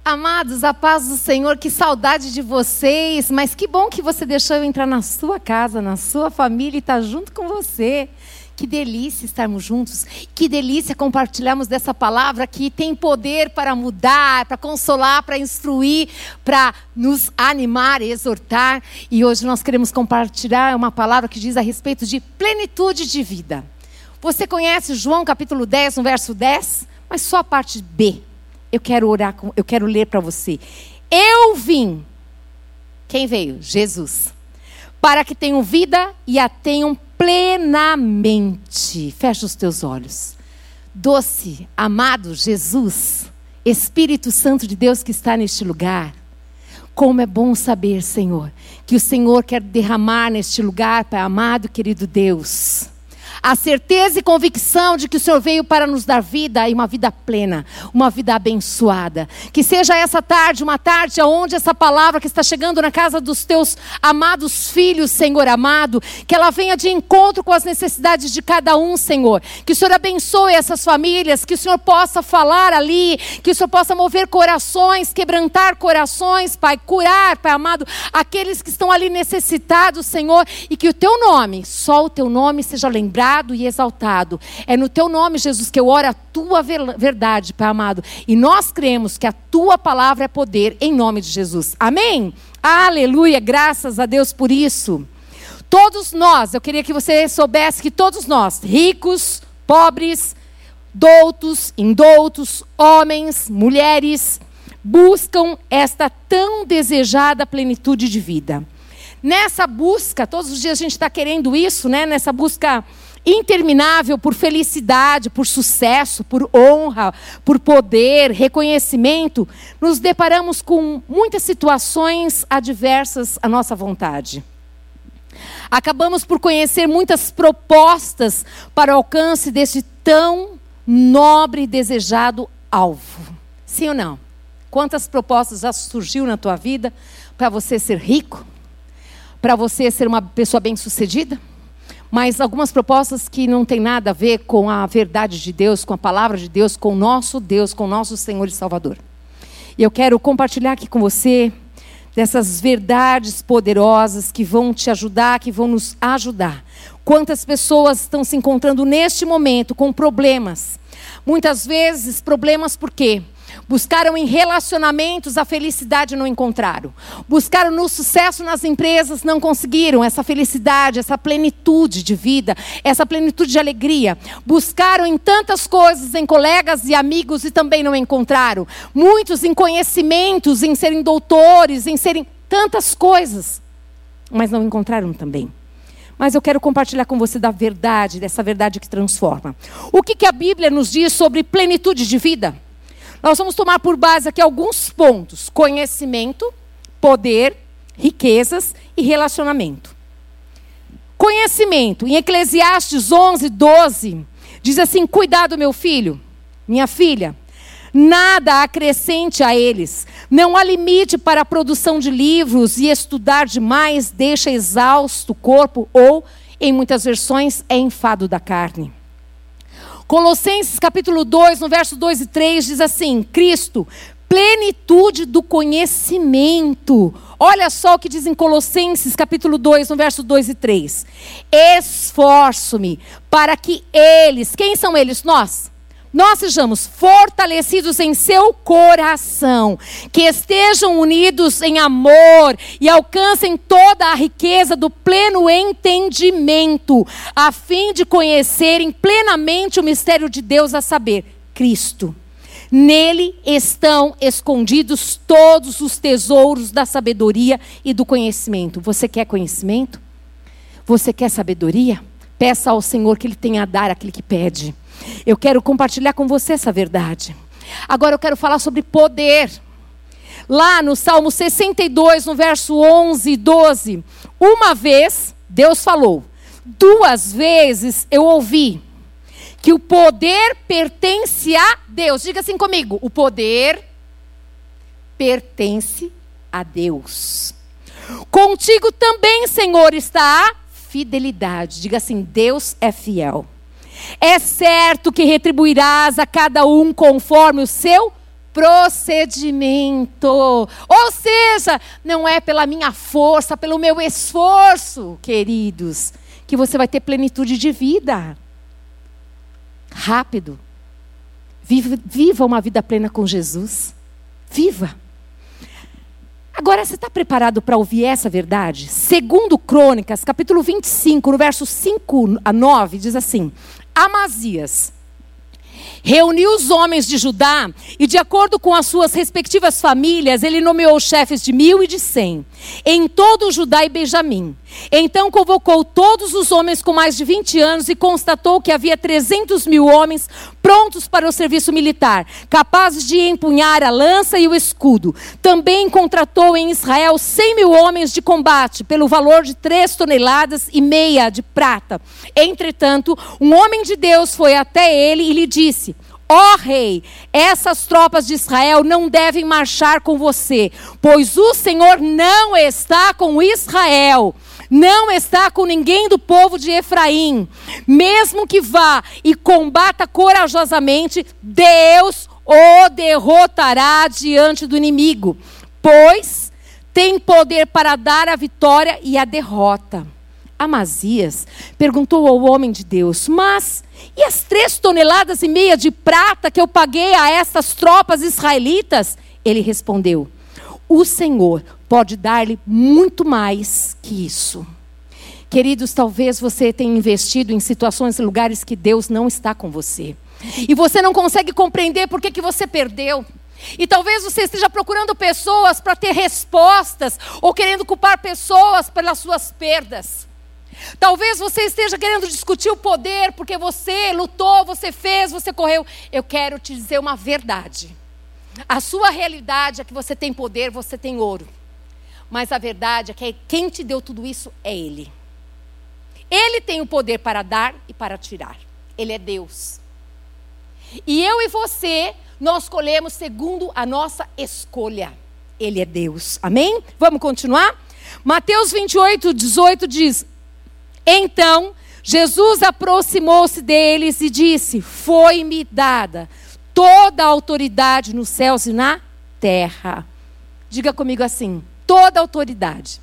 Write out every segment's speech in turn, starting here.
Amados, a paz do Senhor, que saudade de vocês, mas que bom que você deixou eu entrar na sua casa, na sua família e estar junto com você. Que delícia estarmos juntos, que delícia compartilharmos dessa palavra que tem poder para mudar, para consolar, para instruir, para nos animar, exortar. E hoje nós queremos compartilhar uma palavra que diz a respeito de plenitude de vida. Você conhece João capítulo 10, no verso 10? Mas só a parte B. Eu quero ler para você. Eu vim. Quem veio? Jesus. Para que tenham vida e a tenham plenamente. Fecha os teus olhos. Doce, amado Jesus, Espírito Santo de Deus que está neste lugar. Como é bom saber, Senhor, que o Senhor quer derramar neste lugar, Pai amado, querido Deus, a certeza e convicção de que o Senhor veio para nos dar vida e uma vida plena, uma vida abençoada. Que seja essa tarde, uma tarde onde essa palavra que está chegando na casa dos teus amados filhos, Senhor amado, que ela venha de encontro com as necessidades de cada um, Senhor. Que o Senhor abençoe essas famílias, que o Senhor possa falar ali, que o Senhor possa mover corações, quebrantar corações, Pai, curar, Pai amado, aqueles que estão ali necessitados, Senhor, e que o teu nome, só o teu nome seja lembrado e exaltado. É no teu nome, Jesus, que eu oro a tua verdade, Pai amado. E nós cremos que a tua palavra é poder, em nome de Jesus. Amém? Aleluia, graças a Deus por isso. Todos nós, eu queria que você soubesse que todos nós, ricos, pobres, doutos, indoutos, homens, mulheres, buscam esta tão desejada plenitude de vida. Nessa busca, todos os dias a gente está querendo isso, né? Nessa busca interminável por felicidade, por sucesso, por honra, por poder, reconhecimento, nos deparamos com muitas situações adversas à nossa vontade. Acabamos por conhecer muitas propostas para o alcance deste tão nobre e desejado alvo. Sim ou não? Quantas propostas já surgiu na tua vida para você ser rico? Para você ser uma pessoa bem-sucedida? Mas algumas propostas que não tem nada a ver com a verdade de Deus, com a palavra de Deus, com o nosso Deus, com o nosso Senhor e Salvador. E eu quero compartilhar aqui com você dessas verdades poderosas que vão te ajudar, que vão nos ajudar. Quantas pessoas estão se encontrando neste momento com problemas? Muitas vezes problemas por quê? Buscaram em relacionamentos a felicidade e não encontraram. Buscaram no sucesso nas empresas, não conseguiram essa felicidade, essa plenitude de vida, essa plenitude de alegria. Buscaram em tantas coisas, em colegas e amigos e também não encontraram. Muitos em conhecimentos, em serem doutores, em serem tantas coisas, mas não encontraram também. Mas eu quero compartilhar com você da verdade, dessa verdade que transforma. O que a Bíblia nos diz sobre plenitude de vida? Nós vamos tomar por base aqui alguns pontos: conhecimento, poder, riquezas e relacionamento. Conhecimento, em Eclesiastes 11:12, diz assim: cuidado, meu filho, minha filha, nada acrescente a eles. Não há limite para a produção de livros, e estudar demais deixa exausto o corpo, ou, em muitas versões, é enfado da carne. Colossenses capítulo 2, no verso 2 e 3, diz assim: Cristo, plenitude do conhecimento. Olha só o que diz em Colossenses capítulo 2, no verso 2 e 3. Esforço-me para que eles, quem são eles? Nós sejamos fortalecidos em seu coração, que estejam unidos em amor e alcancem toda a riqueza do pleno entendimento, a fim de conhecerem plenamente o mistério de Deus, a saber, Cristo. Nele estão escondidos todos os tesouros da sabedoria e do conhecimento. Você quer conhecimento? Você quer sabedoria? Peça ao Senhor que Ele tenha a dar aquele que pede. Eu quero compartilhar com você essa verdade. Agora eu quero falar sobre poder. Lá no Salmo 62, no verso 11 e 12. Uma vez, Deus falou. 2 vezes eu ouvi que o poder pertence a Deus. Diga assim comigo: o poder pertence a Deus. Contigo também, Senhor, está a fidelidade. Diga assim: Deus é fiel. É certo que retribuirás a cada um conforme o seu procedimento. Ou seja, não é pela minha força, pelo meu esforço, queridos, que você vai ter plenitude de vida. Rápido. Viva uma vida plena com Jesus. Viva. Agora, você está preparado para ouvir essa verdade? Segundo Crônicas, capítulo 25, no verso 5 a 9, diz assim: Amazias reuniu os homens de Judá e, de acordo com as suas respectivas famílias, ele nomeou chefes de 1.000 e de 100, em todo o Judá e Benjamim. Então convocou todos os homens com mais de 20 anos e constatou que havia 300.000 homens prontos para o serviço militar, capazes de empunhar a lança e o escudo. Também contratou em Israel 100.000 homens de combate, pelo valor de 3,5 toneladas de prata. Entretanto, um homem de Deus foi até ele e lhe disse: Ó rei, essas tropas de Israel não devem marchar com você, pois o Senhor não está com Israel, não está com ninguém do povo de Efraim. Mesmo que vá e combata corajosamente, Deus o derrotará diante do inimigo, pois tem poder para dar a vitória e a derrota. Amazias perguntou ao homem de Deus: mas e as 3,5 toneladas de prata que eu paguei a essas tropas israelitas? Ele respondeu: o Senhor pode dar-lhe muito mais que isso. Queridos, talvez você tenha investido em situações e lugares que Deus não está com você. E você não consegue compreender por que você perdeu. E talvez você esteja procurando pessoas para ter respostas, ou querendo culpar pessoas pelas suas perdas. Talvez você esteja querendo discutir o poder, porque você lutou, você fez, você correu. Eu quero te dizer uma verdade. A sua realidade é que você tem poder, você tem ouro. Mas a verdade é que quem te deu tudo isso é Ele. Ele tem o poder para dar e para tirar. Ele é Deus. E eu e você, nós escolhemos segundo a nossa escolha. Ele é Deus. Amém? Vamos continuar? Mateus 28:18 diz: então, Jesus aproximou-se deles e disse: foi-me dada toda a autoridade nos céus e na terra. Diga comigo assim: toda a autoridade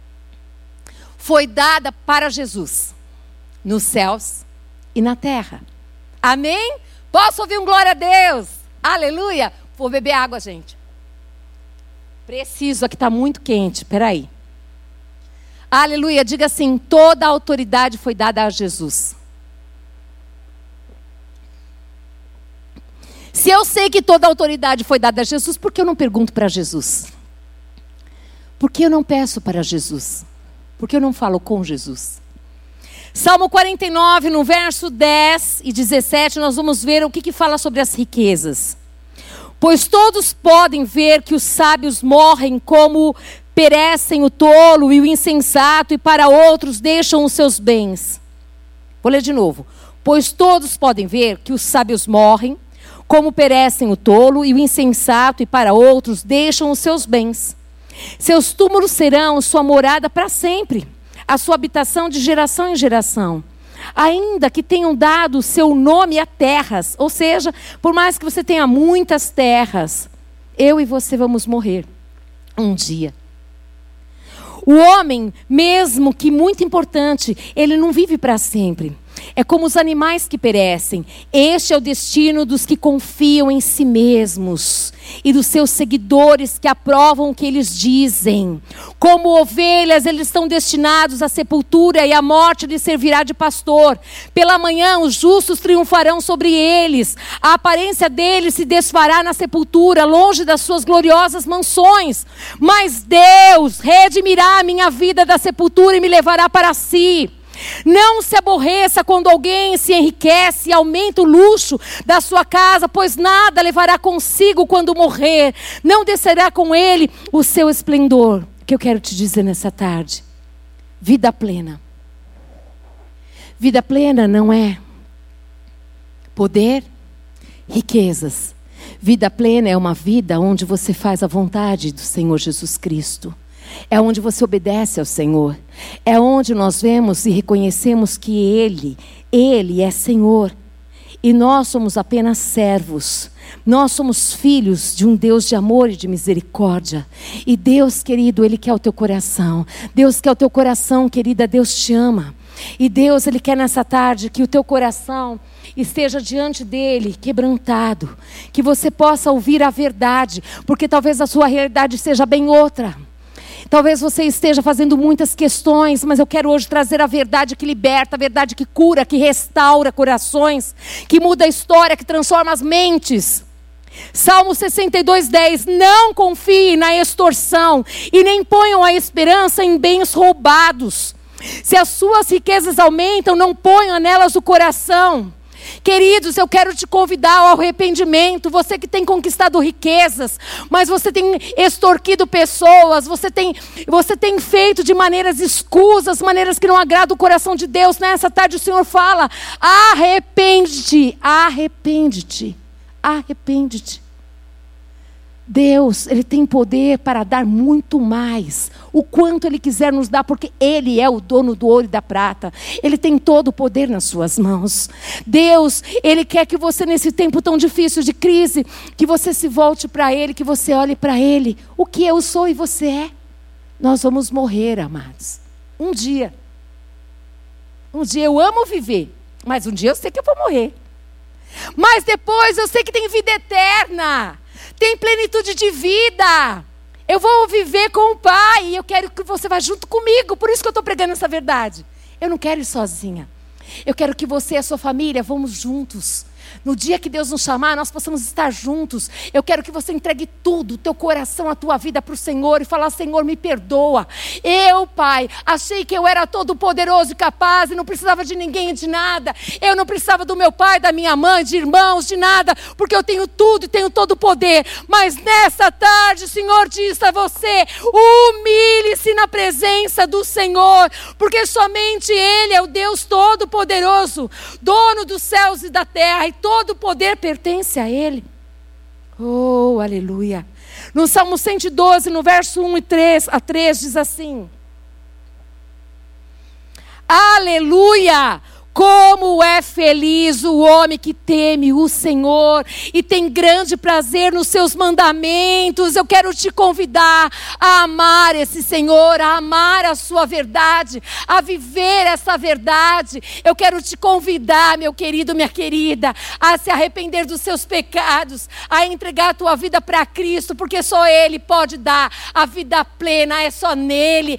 foi dada para Jesus, nos céus e na terra. Amém? Posso ouvir um glória a Deus? Aleluia! Vou beber água, gente. Preciso, aqui está muito quente, peraí. Aleluia, diga assim: toda a autoridade foi dada a Jesus. Se eu sei que toda a autoridade foi dada a Jesus, por que eu não pergunto para Jesus? Por que eu não peço para Jesus? Por que eu não falo com Jesus? Salmo 49, no verso 10 e 17, nós vamos ver o que fala sobre as riquezas. Pois todos podem ver que os sábios morrem como perecem o tolo e o insensato, e para outros deixam os seus bens. Vou ler de novo. Pois todos podem ver que os sábios morrem, como perecem o tolo e o insensato, e para outros deixam os seus bens. Seus túmulos serão sua morada para sempre, a sua habitação de geração em geração. Ainda que tenham dado o seu nome a terras, ou seja, por mais que você tenha muitas terras, eu e você vamos morrer um dia. O homem, mesmo que muito importante, ele não vive para sempre. É como os animais que perecem. Este é o destino dos que confiam em si mesmos e dos seus seguidores que aprovam o que eles dizem. Como ovelhas, eles estão destinados à sepultura e a morte lhes servirá de pastor. Pela manhã, os justos triunfarão sobre eles. A aparência deles se desfará na sepultura, longe das suas gloriosas mansões. Mas Deus redimirá a minha vida da sepultura e me levará para si. Não se aborreça quando alguém se enriquece e aumenta o luxo da sua casa, pois nada levará consigo quando morrer. Não descerá com ele o seu esplendor. O que eu quero te dizer nessa tarde? Vida plena. Vida plena não é poder, riquezas. Vida plena é uma vida onde você faz a vontade do Senhor Jesus Cristo. É onde você obedece ao Senhor. É onde nós vemos e reconhecemos que Ele é Senhor. E nós somos apenas servos. Nós somos filhos de um Deus de amor e de misericórdia. E Deus, querido, Ele quer o teu coração. Deus quer o teu coração, querida. Deus te ama. E Deus, Ele quer nessa tarde que o teu coração esteja diante dEle, quebrantado. Que você possa ouvir a verdade. Porque talvez a sua realidade seja bem outra. Talvez você esteja fazendo muitas questões, mas eu quero hoje trazer a verdade que liberta, a verdade que cura, que restaura corações, que muda a história, que transforma as mentes. Salmo 62:10, não confie na extorsão e nem ponham a esperança em bens roubados. Se as suas riquezas aumentam, não ponham nelas o coração. Queridos, eu quero te convidar ao arrependimento. Você que tem conquistado riquezas, mas você tem extorquido pessoas, você tem feito de maneiras escusas, maneiras que não agradam o coração de Deus. Nessa tarde o Senhor fala: arrepende-te, arrepende-te, arrepende-te. Deus, Ele tem poder para dar muito mais, o quanto Ele quiser nos dar, porque Ele é o dono do ouro e da prata. Ele tem todo o poder nas suas mãos. Deus, Ele quer que você, nesse tempo tão difícil de crise, que você se volte para Ele, que você olhe para Ele. O que eu sou e você é. Nós vamos morrer, amados. Um dia eu amo viver, mas um dia eu sei que eu vou morrer. Mas depois eu sei que tem vida eterna. Tem plenitude de vida. Eu vou viver com o Pai. E eu quero que você vá junto comigo. Por isso que eu estou pregando essa verdade. Eu não quero ir sozinha. Eu quero que você e a sua família vamos juntos. No dia que Deus nos chamar, nós possamos estar juntos. Eu quero que você entregue tudo, o teu coração, a tua vida para o Senhor. E falar: Senhor, me perdoa. Eu, Pai, achei que eu era todo poderoso e capaz. E não precisava de ninguém e de nada. Eu não precisava do meu pai, da minha mãe, de irmãos, de nada. Porque eu tenho tudo e tenho todo o poder. Mas nessa tarde o Senhor diz a você: humilhe-se na presença do Senhor. Porque somente Ele é o Deus todo-poderoso, dono dos céus e da terra. E todo o poder pertence a Ele. Oh, aleluia. No Salmo 112, no verso 1 e 3 a 3, diz assim: aleluia! Como é feliz o homem que teme o Senhor e tem grande prazer nos seus mandamentos. Eu quero te convidar a amar esse Senhor, a amar a sua verdade, a viver essa verdade. Eu quero te convidar, meu querido, minha querida, a se arrepender dos seus pecados, a entregar a tua vida para Cristo, porque só Ele pode dar a vida plena. É só nele,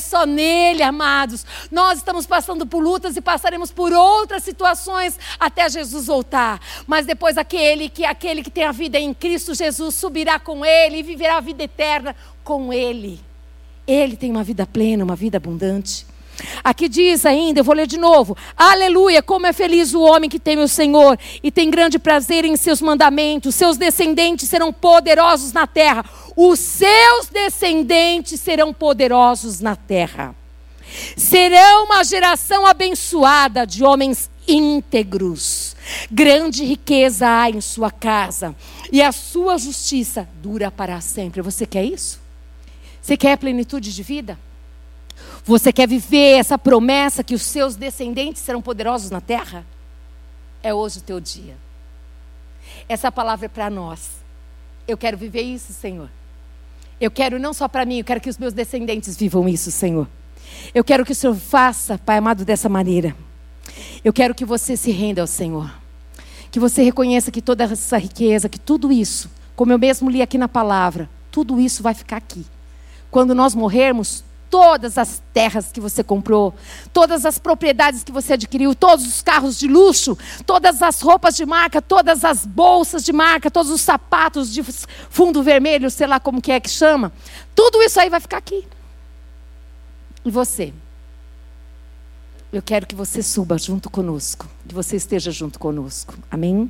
amados. Nós estamos passando por lutas e passaremos por outras situações até Jesus voltar. Mas depois aquele que tem a vida em Cristo Jesus subirá com Ele e viverá a vida eterna com Ele. Ele tem uma vida plena, uma vida abundante. Aqui diz ainda, eu vou ler de novo: aleluia, como é feliz o homem que teme o Senhor e tem grande prazer em seus mandamentos. Seus descendentes serão poderosos na terra. Os seus descendentes serão poderosos na terra. Serão uma geração abençoada de homens íntegros. Grande riqueza há em sua casa e a sua justiça dura para sempre. Você quer isso? Você quer a plenitude de vida? Você quer viver essa promessa que os seus descendentes serão poderosos na terra? É hoje o teu dia. Essa palavra é para nós. Eu quero viver isso, Senhor. Eu quero não só para mim, eu quero que os meus descendentes vivam isso, Senhor. Eu quero que o Senhor faça, Pai amado, dessa maneira. Eu quero que você se renda ao Senhor. Que você reconheça que toda essa riqueza, que tudo isso, como eu mesmo li aqui na palavra, tudo isso vai ficar aqui. Quando nós morrermos, todas as terras que você comprou, todas as propriedades que você adquiriu, todos os carros de luxo, todas as roupas de marca, todas as bolsas de marca, todos os sapatos de fundo vermelho, sei lá como que é que chama, tudo isso aí vai ficar aqui. E você? Eu quero que você suba junto conosco, que você esteja junto conosco. Amém?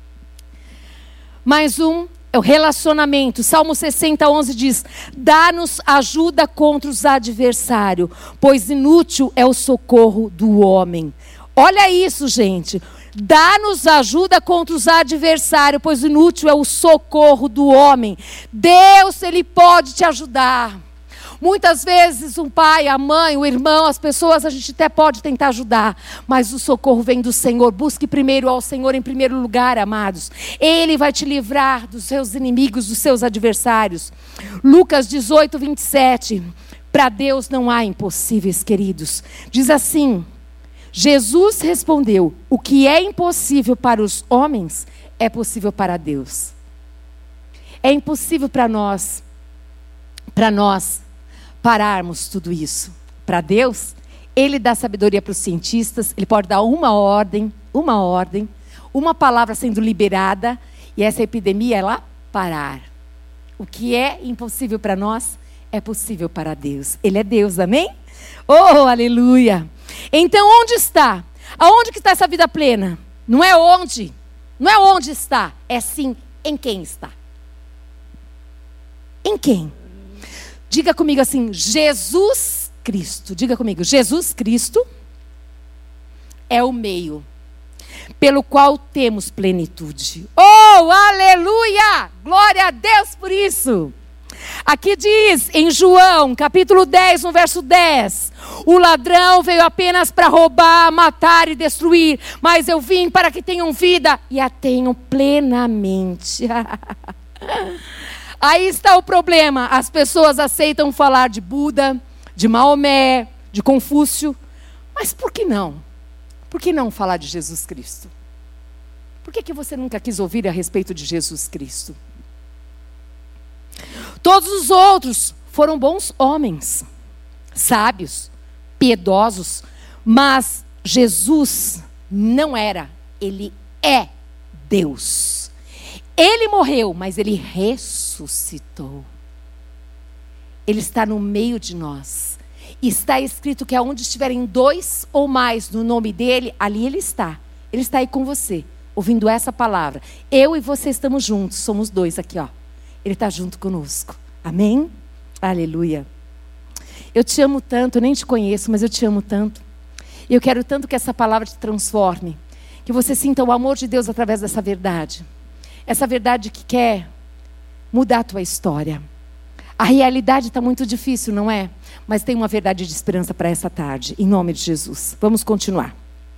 Mais um é o relacionamento. Salmo 60:11 diz: dá-nos ajuda contra os adversários, pois inútil é o socorro do homem. Olha isso, gente. Dá-nos ajuda contra os adversários, pois inútil é o socorro do homem. Deus, Ele pode te ajudar. Muitas vezes um pai, a mãe, o irmão, as pessoas, a gente até pode tentar ajudar, mas o socorro vem do Senhor. Busque primeiro ao Senhor em primeiro lugar, amados. Ele vai te livrar dos seus inimigos, dos seus adversários. Lucas 18, 27. Para Deus não há impossíveis, queridos. Diz assim: Jesus respondeu: o que é impossível para os homens é possível para Deus. É impossível para nós pararmos tudo isso. Para Deus, Ele dá sabedoria para os cientistas, Ele pode dar uma ordem, uma palavra sendo liberada, e essa epidemia, ela parar. O que é impossível para nós, é possível para Deus. Ele é Deus, amém? Oh, aleluia! Então, onde está? Aonde que está essa vida plena? Não é onde está, é sim em quem está. Em quem? Diga comigo assim: Jesus Cristo. Diga comigo: Jesus Cristo é o meio pelo qual temos plenitude. Oh, aleluia! Glória a Deus por isso. Aqui diz em João, capítulo 10, no verso 10: o ladrão veio apenas para roubar, matar e destruir, mas eu vim para que tenham vida e a tenham plenamente. Aí está o problema. As pessoas aceitam falar de Buda, de Maomé, de Confúcio, mas por que não? Por que não falar de Jesus Cristo? Por que você nunca quis ouvir a respeito de Jesus Cristo? Todos os outros foram bons homens, sábios, piedosos, mas Jesus não era, Ele é Deus. Ele morreu, mas Ele ressuscitou. Ele está no meio de nós. Está escrito que aonde estiverem dois ou mais no nome dEle, ali Ele está. Ele está aí com você, ouvindo essa palavra. Eu e você estamos juntos, somos dois aqui, ó. Ele está junto conosco. Amém? Aleluia. Eu te amo tanto, eu nem te conheço, mas eu te amo tanto. E eu quero tanto que essa palavra te transforme. Que você sinta o amor de Deus através dessa verdade. Essa verdade que quer mudar a tua história. A realidade está muito difícil, não é? Mas tem uma verdade de esperança para essa tarde. Em nome de Jesus. Vamos continuar.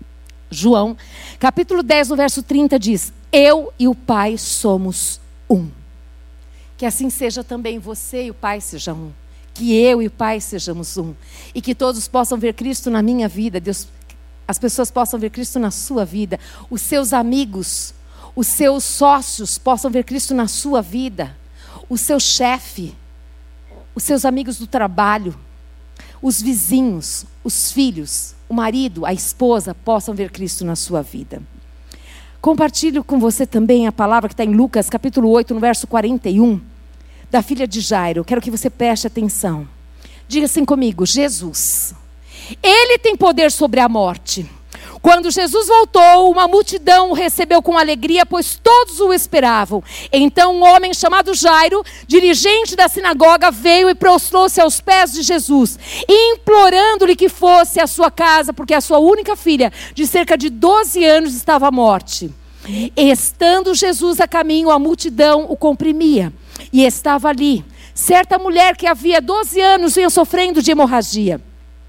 João, capítulo 10, no verso 30 diz: eu e o Pai somos um. Que assim seja também você e o Pai sejam um. Que eu e o Pai sejamos um. E que todos possam ver Cristo na minha vida. Deus, as pessoas possam ver Cristo na sua vida. Os seus amigos, os seus sócios possam ver Cristo na sua vida. O seu chefe, os seus amigos do trabalho, os vizinhos, os filhos, o marido, a esposa possam ver Cristo na sua vida. Compartilho com você também a palavra que está em Lucas, capítulo 8, no verso 41, da filha de Jairo. Quero que você preste atenção. Diga assim comigo: Jesus, Ele tem poder sobre a morte. Quando Jesus voltou, uma multidão o recebeu com alegria, pois todos o esperavam. Então um homem chamado Jairo, dirigente da sinagoga, veio e prostrou-se aos pés de Jesus, implorando-lhe que fosse à sua casa, porque a sua única filha, de cerca de 12 anos, estava à morte. Estando Jesus a caminho, a multidão o comprimia. E estava ali certa mulher que havia 12 anos vinha sofrendo de hemorragia.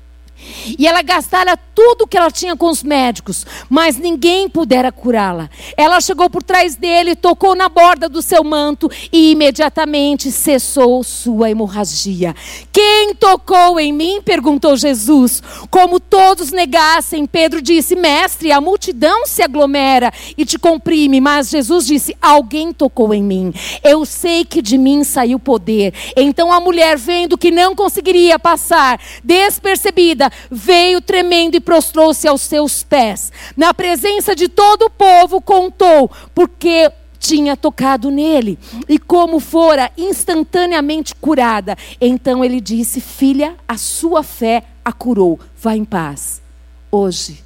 E ela gastara tudo que ela tinha com os médicos, mas ninguém pudera curá-la. Ela chegou por trás dele, tocou na borda do seu manto e imediatamente cessou sua hemorragia. Quem tocou em mim? Perguntou Jesus. Como todos negassem, Pedro disse: mestre, a multidão se aglomera e te comprime. Mas Jesus disse: alguém tocou em mim. Eu sei que de mim saiu poder. Então a mulher, vendo que não conseguiria passar despercebida, veio tremendo e prostrou-se aos seus pés. Na presença de todo o povo, contou porque tinha tocado nele e como fora instantaneamente curada. Então ele disse: filha, a sua fé a curou. Vá em paz. Hoje,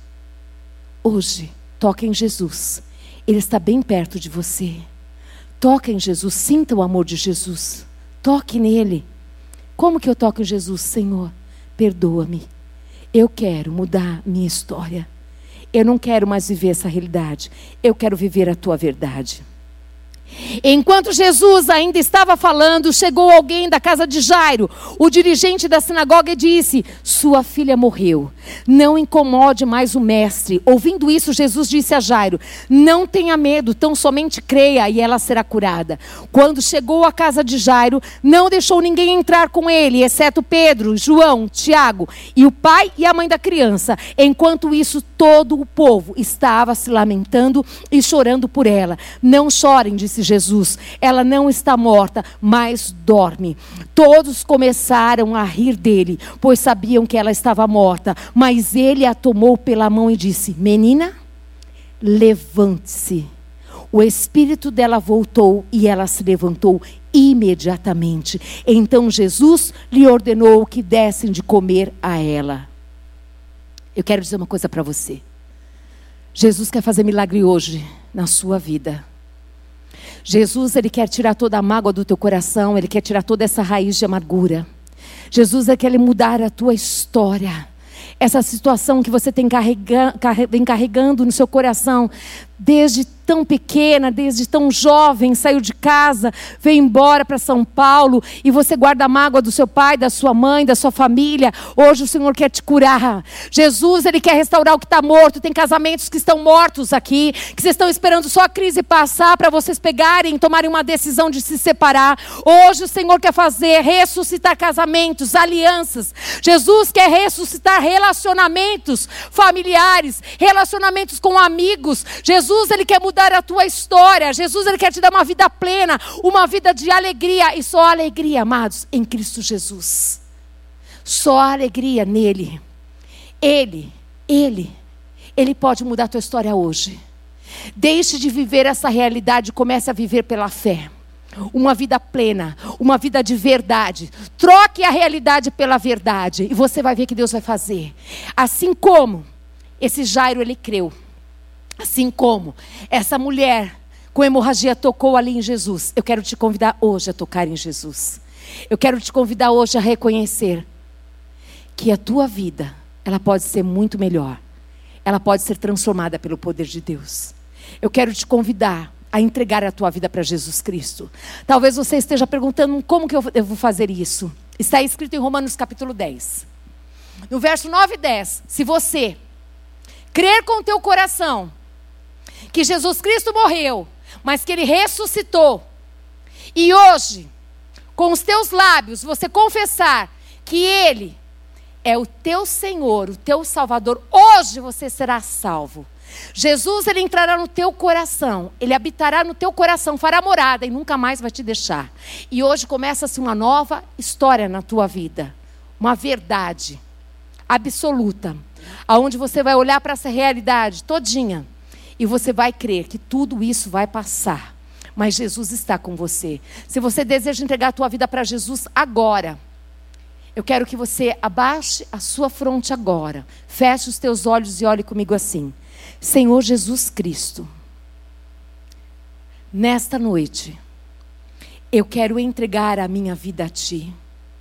toque em Jesus. Ele está bem perto de você. Toque em Jesus, sinta o amor de Jesus. Toque nele. Como que eu toco em Jesus? Senhor, perdoa-me. Eu quero mudar minha história. Eu não quero mais viver essa realidade. Eu quero viver a tua verdade. Enquanto Jesus ainda estava falando, chegou alguém da casa de Jairo, o dirigente da sinagoga, e disse: sua filha morreu, não incomode mais o mestre. Ouvindo isso, Jesus disse a Jairo: não tenha medo, tão somente creia e ela será curada. Quando chegou à casa de Jairo, não deixou ninguém entrar com ele, exceto Pedro, João, Tiago e o pai e a mãe da criança. Enquanto isso, todo o povo estava se lamentando e chorando por ela. Não chorem, disse Jesus, ela não está morta, mas dorme. Todos começaram a rir dele, pois sabiam que ela estava morta. Mas ele a tomou pela mão e disse: menina, levante-se. O espírito dela voltou e ela se levantou imediatamente. Então Jesus lhe ordenou que dessem de comer a ela. Eu quero dizer uma coisa para você. Jesus quer fazer milagre hoje na sua vida. Jesus, ele quer tirar toda a mágoa do teu coração. Ele quer tirar toda essa raiz de amargura. Jesus, ele quer mudar a tua história. Essa situação que você vem carregando no seu coração, desde tão pequena, desde tão jovem, saiu de casa, veio embora para São Paulo, e você guarda a mágoa do seu pai, da sua mãe, da sua família. Hoje o Senhor quer te curar. Jesus, ele quer restaurar o que está morto. Tem casamentos que estão mortos aqui, que vocês estão esperando só a crise passar para vocês pegarem, tomarem uma decisão de se separar. Hoje o Senhor quer ressuscitar casamentos, alianças. Jesus quer ressuscitar relacionamentos familiares, relacionamentos com amigos. Jesus, ele quer mudar a tua história. Jesus, ele quer te dar uma vida plena, uma vida de alegria. E só alegria, amados, em Cristo Jesus. Só alegria nele. Ele pode mudar a tua história hoje. Deixe de viver essa realidade e comece a viver pela fé. Uma vida plena, uma vida de verdade. Troque a realidade pela verdade e você vai ver que Deus vai fazer. Assim como esse Jairo, ele creu. Assim como essa mulher com hemorragia tocou ali em Jesus. Eu quero te convidar hoje a tocar em Jesus. Eu quero te convidar hoje a reconhecer que a tua vida, ela pode ser muito melhor. Ela pode ser transformada pelo poder de Deus. Eu quero te convidar a entregar a tua vida para Jesus Cristo. Talvez você esteja perguntando: como que eu vou fazer isso? Está escrito em Romanos capítulo 10. No verso 9 e 10. Se você crer com o teu coração que Jesus Cristo morreu, mas que Ele ressuscitou, e hoje, com os teus lábios, você confessar que Ele é o teu Senhor, o teu Salvador, hoje você será salvo. Jesus, Ele entrará no teu coração, Ele habitará no teu coração, fará morada e nunca mais vai te deixar. E hoje começa-se uma nova história na tua vida, uma verdade absoluta, aonde você vai olhar para essa realidade todinha e você vai crer que tudo isso vai passar, mas Jesus está com você. Se você deseja entregar a tua vida para Jesus agora, eu quero que você abaixe a sua fronte agora, feche os teus olhos e olhe comigo assim: Senhor Jesus Cristo, nesta noite eu quero entregar a minha vida a Ti.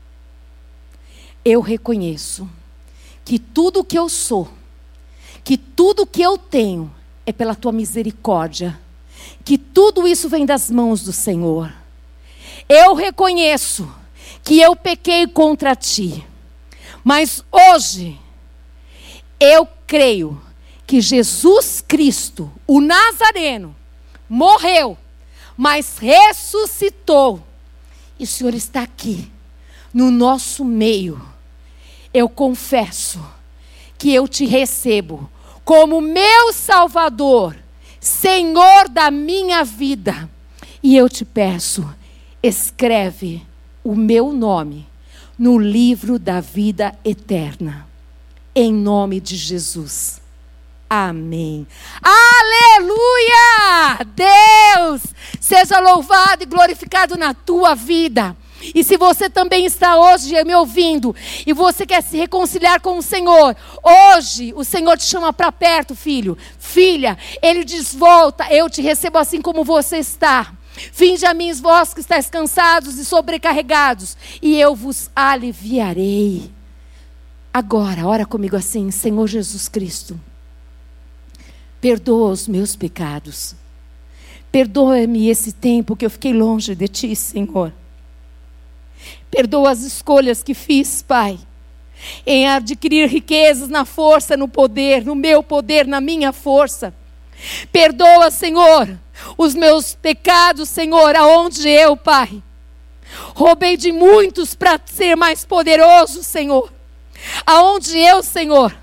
Eu reconheço que tudo que eu sou, que tudo que eu tenho é pela Tua misericórdia, que tudo isso vem das mãos do Senhor. Eu reconheço que eu pequei contra Ti, mas hoje eu creio que Jesus Cristo, o Nazareno, morreu, mas ressuscitou, e o Senhor está aqui no nosso meio. Eu confesso que eu Te recebo como meu Salvador, Senhor da minha vida. E eu te peço, escreve o meu nome no livro da vida eterna. Em nome de Jesus. Amém. Aleluia! Deus seja louvado e glorificado na tua vida. E se você também está hoje me ouvindo e você quer se reconciliar com o Senhor, hoje o Senhor te chama para perto, filho, filha. Ele diz: volta, eu te recebo assim como você está. Vinde a mim, vós que estáis cansados e sobrecarregados, e eu vos aliviarei. Agora, ora comigo assim: Senhor Jesus Cristo, perdoa os meus pecados. Perdoa-me esse tempo que eu fiquei longe de Ti, Senhor. Perdoa as escolhas que fiz, Pai, em adquirir riquezas na força, no poder, no meu poder, na minha força. Perdoa, Senhor, os meus pecados, Senhor, aonde eu, Pai, roubei de muitos para ser mais poderoso, Senhor. Aonde eu, Senhor,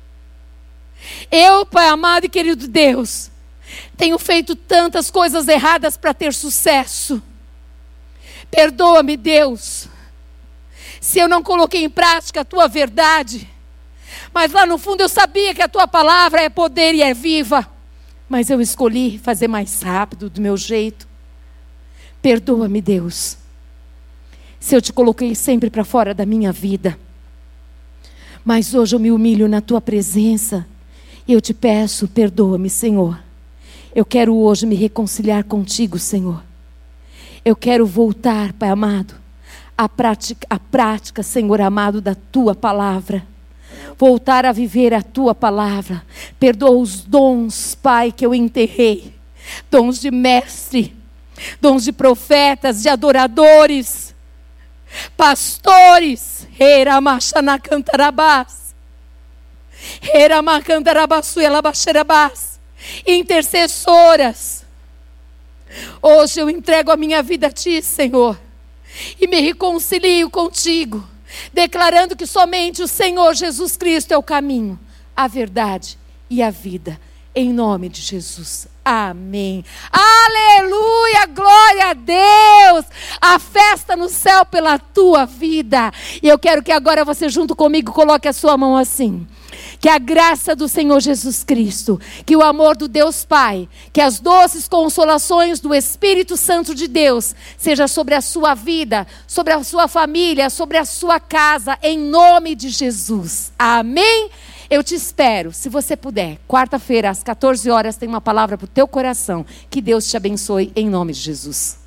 eu, Pai amado e querido Deus, tenho feito tantas coisas erradas para ter sucesso. Perdoa-me, Deus, se eu não coloquei em prática a Tua verdade. Mas lá no fundo eu sabia que a Tua palavra é poder e é viva. Mas eu escolhi fazer mais rápido, do meu jeito. Perdoa-me, Deus, se eu te coloquei sempre para fora da minha vida. Mas hoje eu me humilho na Tua presença. E eu te peço, perdoa-me, Senhor. Eu quero hoje me reconciliar contigo, Senhor. Eu quero voltar, Pai amado, à prática, Senhor amado, da Tua palavra. Voltar a viver a Tua palavra. Perdoa os dons, Pai, que eu enterrei. Dons de mestre, dons de profetas, de adoradores, pastores. Intercessoras. Hoje eu entrego a minha vida a Ti, Senhor, e me reconcilio contigo, declarando que somente o Senhor Jesus Cristo é o caminho, a verdade e a vida. Em nome de Jesus. Amém. Aleluia, glória a Deus. A festa no céu pela tua vida. E eu quero que agora você junto comigo coloque a sua mão assim. Que a graça do Senhor Jesus Cristo, que o amor do Deus Pai, que as doces consolações do Espírito Santo de Deus seja sobre a sua vida, sobre a sua família, sobre a sua casa, em nome de Jesus. Amém? Eu te espero, se você puder, quarta-feira às 14 horas tem uma palavra para o teu coração. Que Deus te abençoe em nome de Jesus.